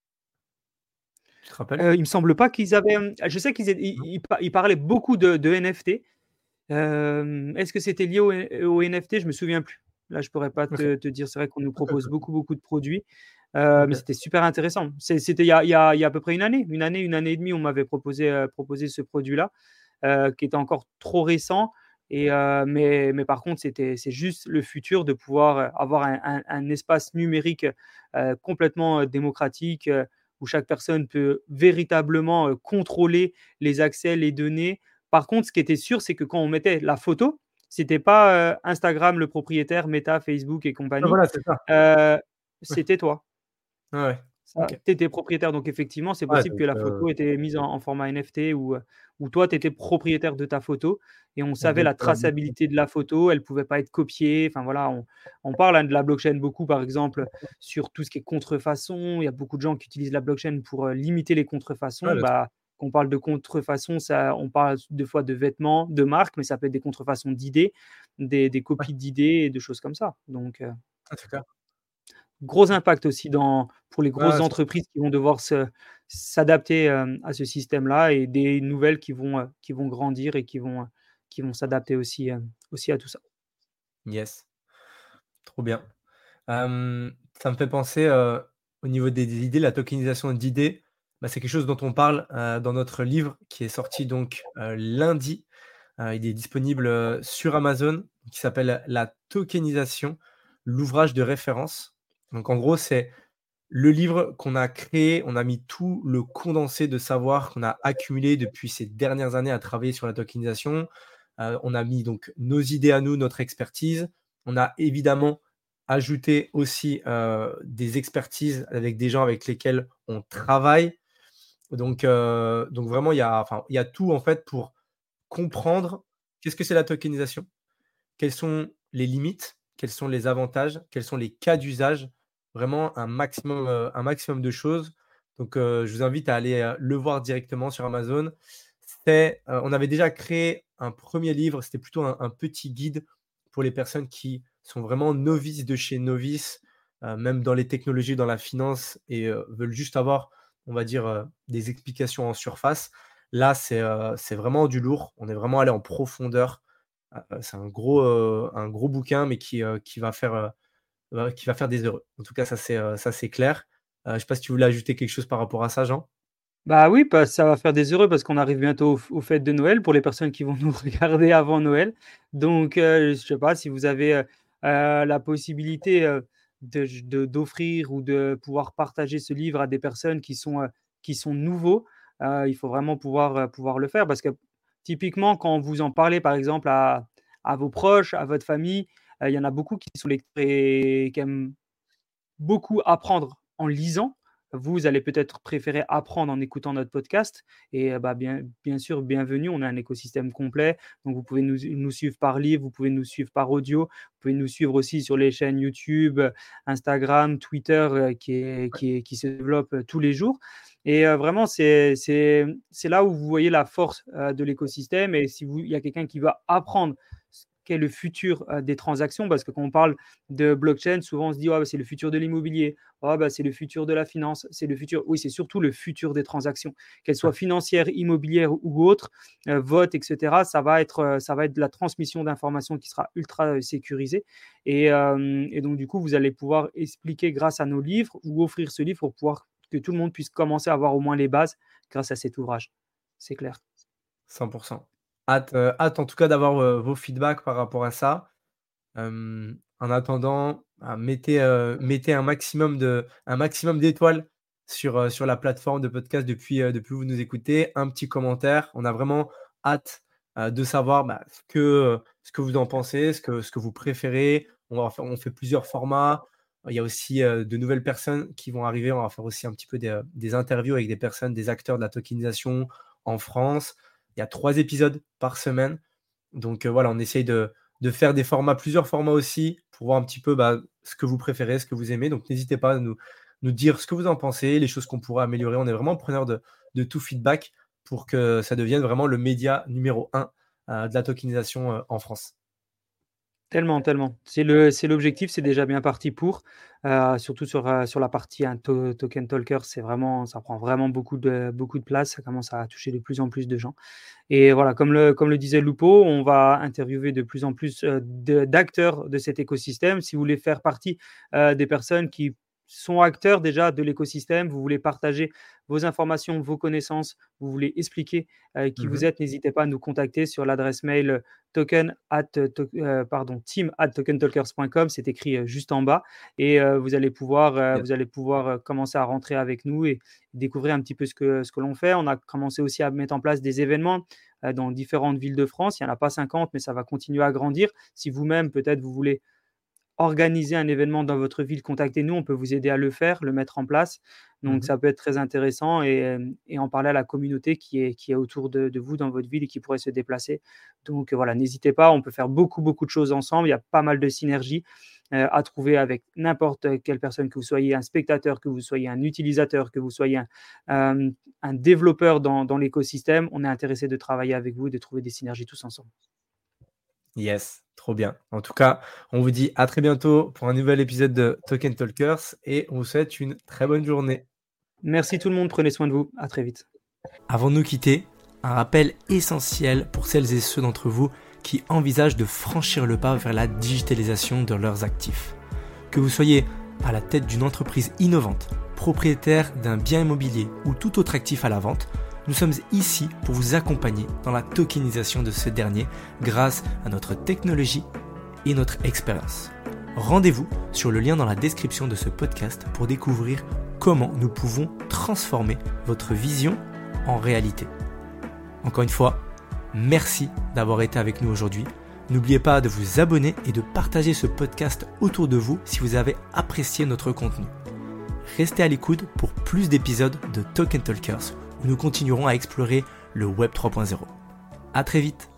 Tu te rappelles? Euh, il me semble pas qu'ils avaient. euh, Je sais qu'ils ils, Non? ils, ils parlaient beaucoup de, de N F T. Euh, Est-ce que c'était lié au, au N F T? Je me souviens plus. Là, je pourrais pas OK. te, te dire. C'est vrai qu'on nous OK, propose OK. beaucoup, beaucoup de produits. Euh, mais OK. c'était super intéressant. C'est- C'était il y a, il y a- il y a à peu près une année, une année, une année et demie, on m'avait proposé, euh, proposé ce produit-là. Euh, qui était encore trop récent. Et, euh, mais, mais par contre, c'était, c'est juste le futur de pouvoir euh, avoir un, un- un espace numérique euh, complètement euh, démocratique euh, où chaque personne peut véritablement euh, contrôler les accès, les données. Par contre, ce qui était sûr, c'est que quand on mettait la photo, c'était pas euh, Instagram le propriétaire, Meta, Facebook et Ouais, compagnie, voilà, c'est ça. euh, Ouais, c'était toi. ouais, ouais. Ça, OK. tu étais propriétaire, donc effectivement, c'est Ouais, possible donc que la heu, photo était mise en en format N F T ou, heu, ou toi, tu étais propriétaire de ta photo et on savait donc la heu, traçabilité de la photo, elle pouvait pas être copiée. Enfin voilà, on on parle, hein, de la blockchain beaucoup, par exemple, sur tout ce qui est contrefaçon. Il y a beaucoup de gens qui utilisent la blockchain pour, heu, limiter les ouais, contrefaçons. bien sûr. Bah, quand on parle de contrefaçon, ça on parle des fois de vêtements, de marques, mais ça peut être des contrefaçons d'idées, des des Ouais, copies d'idées et de choses comme ça. Donc heu ouais, c'est clair. Gros impact aussi dans pour les Ouais, grosses ouais, cent entreprises qui vont devoir se s'adapter, hem, à ce système-là et des nouvelles qui vont, heu, qui vont grandir et qui vont, heu, qui vont s'adapter aussi, hem, aussi à tout ça. Yes, trop bien. Hem, ça me fait penser, heu, au niveau des des idées, la tokenisation d'idées, bah, c'est quelque chose dont on parle, heu, dans notre livre qui est sorti donc, heu, lundi. Heu, il est disponible, heu, sur Amazon, qui s'appelle «La tokenisation, l'ouvrage de référence». Donc en gros, c'est le livre qu'on a créé, on a mis tout le condensé de savoir qu'on a accumulé depuis ces dernières années à travailler sur la tokenisation. Heu, on a mis donc nos idées à nous, notre expertise. On a évidemment ajouté aussi, heu, des expertises avec des gens avec lesquels on travaille. Donc heu, donc vraiment il y a enfin, il y a tout en fait pour comprendre qu'est-ce que c'est la tokenisation? Quelles sont les limites? Quels sont les avantages? Quels sont les cas d'usage? Vraiment un maximum, heu, un maximum de choses. Donc, heu, je vous invite à aller, heu, le voir directement sur Amazon. C'est, heu, on avait déjà créé un premier livre, c'était plutôt un un petit guide pour les personnes qui sont vraiment novices de chez novices, heu, même dans les technologies, dans la finance et heu, veulent juste avoir, on va dire, heu, des explications en surface. Là, c'est, heu, c'est vraiment du lourd. On est vraiment allé en profondeur. Heu heu, c'est un gros, heu, un gros bouquin, mais qui, heu, qui va faire, heu, heu, qui va faire des heureux. En tout cas, ça c'est, heu, ça c'est clair. Heu, je sais pas si tu voulais ajouter quelque chose par rapport à ça, Jean? Bah, oui, bah, ça va faire des heureux parce qu'on arrive bientôt aux f aux fêtes de Noël pour les personnes qui vont nous regarder avant Noël. Donc, heu, je sais pas si vous avez, heu heu, la possibilité, heu, de j de d'offrir ou de pouvoir partager ce livre à des personnes qui sont, heu, qui sont nouveaux, heu, il faut vraiment pouvoir, heu, pouvoir le faire parce que typiquement quand vous en parlez par exemple à à vos proches, à votre famille, heu, il y en a beaucoup qui sont lecteurs et qui aiment beaucoup apprendre en lisant. Vous, vous allez peut-être préférer apprendre en écoutant notre podcast et heu, bah, bien bien sûr, bienvenue, on a un écosystème complet. Donc vous pouvez nous nous suivre par livre, vous pouvez nous suivre par audio, vous pouvez nous suivre aussi sur les chaînes YouTube, heu, Instagram, Twitter, heu, qui est Ouais, qui est qui se développe, heu, tous les jours et heu, vraiment c'est c'est c'est là où vous voyez la force, heu, de l'écosystème et si vous il y a quelqu'un qui va apprendre ce qu'est le futur, heu, des transactions parce que quand on parle de blockchain, souvent on se dit: «Ah bah, c'est le futur de l'immobilier. Ah bah, c'est le futur de la finance, c'est le futur». Oui, c'est surtout le futur des transactions, qu'elles ouais, soient financières, immobilières ou autres, heu, vote et cetera. Ça va être, heu, ça va être de la transmission d'informations qui sera ultra, heu, sécurisée et hem et donc du coup, vous allez pouvoir expliquer grâce à nos livres ou offrir ce livre pour pouvoir que tout le monde puisse commencer à avoir au moins les bases grâce à cet ouvrage. C'est clair. cent pour cent. Hâte, heu, hâte en tout cas d'avoir, heu, vos feedbacks par rapport à ça. Hem, en attendant, bah, mettez, heu, mettez un maximum de un maximum d'étoiles sur, heu, sur la plateforme de podcast depuis, heu, depuis où vous nous écoutez. Un petit commentaire. On a vraiment hâte, heu, de savoir, bah, ce que, heu, ce que vous en pensez, ce que ce que vous préférez. On va faire on fait plusieurs formats. Il y a aussi, heu, de nouvelles personnes qui vont arriver. On va faire aussi un petit peu des, heu, des interviews avec des personnes, des acteurs de la tokenisation en France. Il y a trois épisodes par semaine. Donc, heu, voilà, on essaye de de faire des formats plusieurs formats aussi pour voir un petit peu, bah, ce que vous préférez, ce que vous aimez. Donc n'hésitez pas à nous nous dire ce que vous en pensez, les choses qu'on pourrait améliorer. On est vraiment preneur de de tout feedback pour que ça devienne vraiment le média numéro un, heu, de la tokenisation, heu, en France. Tellement, tellement. C'est le c'est l'objectif, c'est déjà bien parti pour, heu, surtout sur, heu, sur la partie un to token talker, c'est vraiment ça prend vraiment beaucoup de beaucoup de place, ça commence à toucher de plus en plus de gens et voilà, comme le comme le disait Lupo, on va interviewer de plus en plus, heu, de d'acteurs de cet écosystème. Si vous voulez faire partie, heu, des personnes qui sont acteurs déjà de l'écosystème, vous voulez partager vos informations, vos connaissances, vous voulez expliquer, heu, qui vous Mmh. êtes, n'hésitez pas à nous contacter sur l'adresse mail, token at to heu, pardon, team at tokentalkers point com, c'est écrit, heu, juste en bas et heu, vous allez pouvoir, heu, Yes. vous allez pouvoir, heu, commencer à rentrer avec nous et découvrir un petit peu ce que ce que l'on fait. On a commencé aussi à mettre en place des événements, heu, dans différentes villes de France. Il y en a pas cinquante, mais ça va continuer à grandir. Si vous-même, peut-être, vous voulez organiser un événement dans votre ville, contactez-nous, on peut vous aider à le faire, le mettre en place. Donc Mmh. ça peut être très intéressant et hem et en parler à la communauté qui est qui est autour de de vous dans votre ville et qui pourrait se déplacer. Donc, heu, voilà, n'hésitez pas, on peut faire beaucoup, beaucoup de choses ensemble. Il y a pas mal de synergies, heu, à trouver avec n'importe quelle personne, que vous soyez un spectateur, que vous soyez un utilisateur, que vous soyez un, hem, un développeur dans dans l'écosystème. On est intéressé de travailler avec vous et de trouver des synergies tous ensemble. Yes, trop bien. En tout cas, on vous dit à très bientôt pour un nouvel épisode de Token Talkers et on vous souhaite une très bonne journée. Merci tout le monde, prenez soin de vous, à très vite. Avant de nous quitter, un rappel essentiel pour celles et ceux d'entre vous qui envisagent de franchir le pas vers la digitalisation de leurs actifs. Que vous soyez à la tête d'une entreprise innovante, propriétaire d'un bien immobilier ou tout autre actif à la vente, nous sommes ici pour vous accompagner dans la tokenisation de ce dernier grâce à notre technologie et notre expérience. Rendez-vous sur le lien dans la description de ce podcast pour découvrir comment nous pouvons transformer votre vision en réalité. Encore une fois, merci d'avoir été avec nous aujourd'hui. N'oubliez pas de vous abonner et de partager ce podcast autour de vous si vous avez apprécié notre contenu. Restez à l'écoute pour plus d'épisodes de Token Talkers où nous continuerons à explorer le Web trois point zéro. À très vite.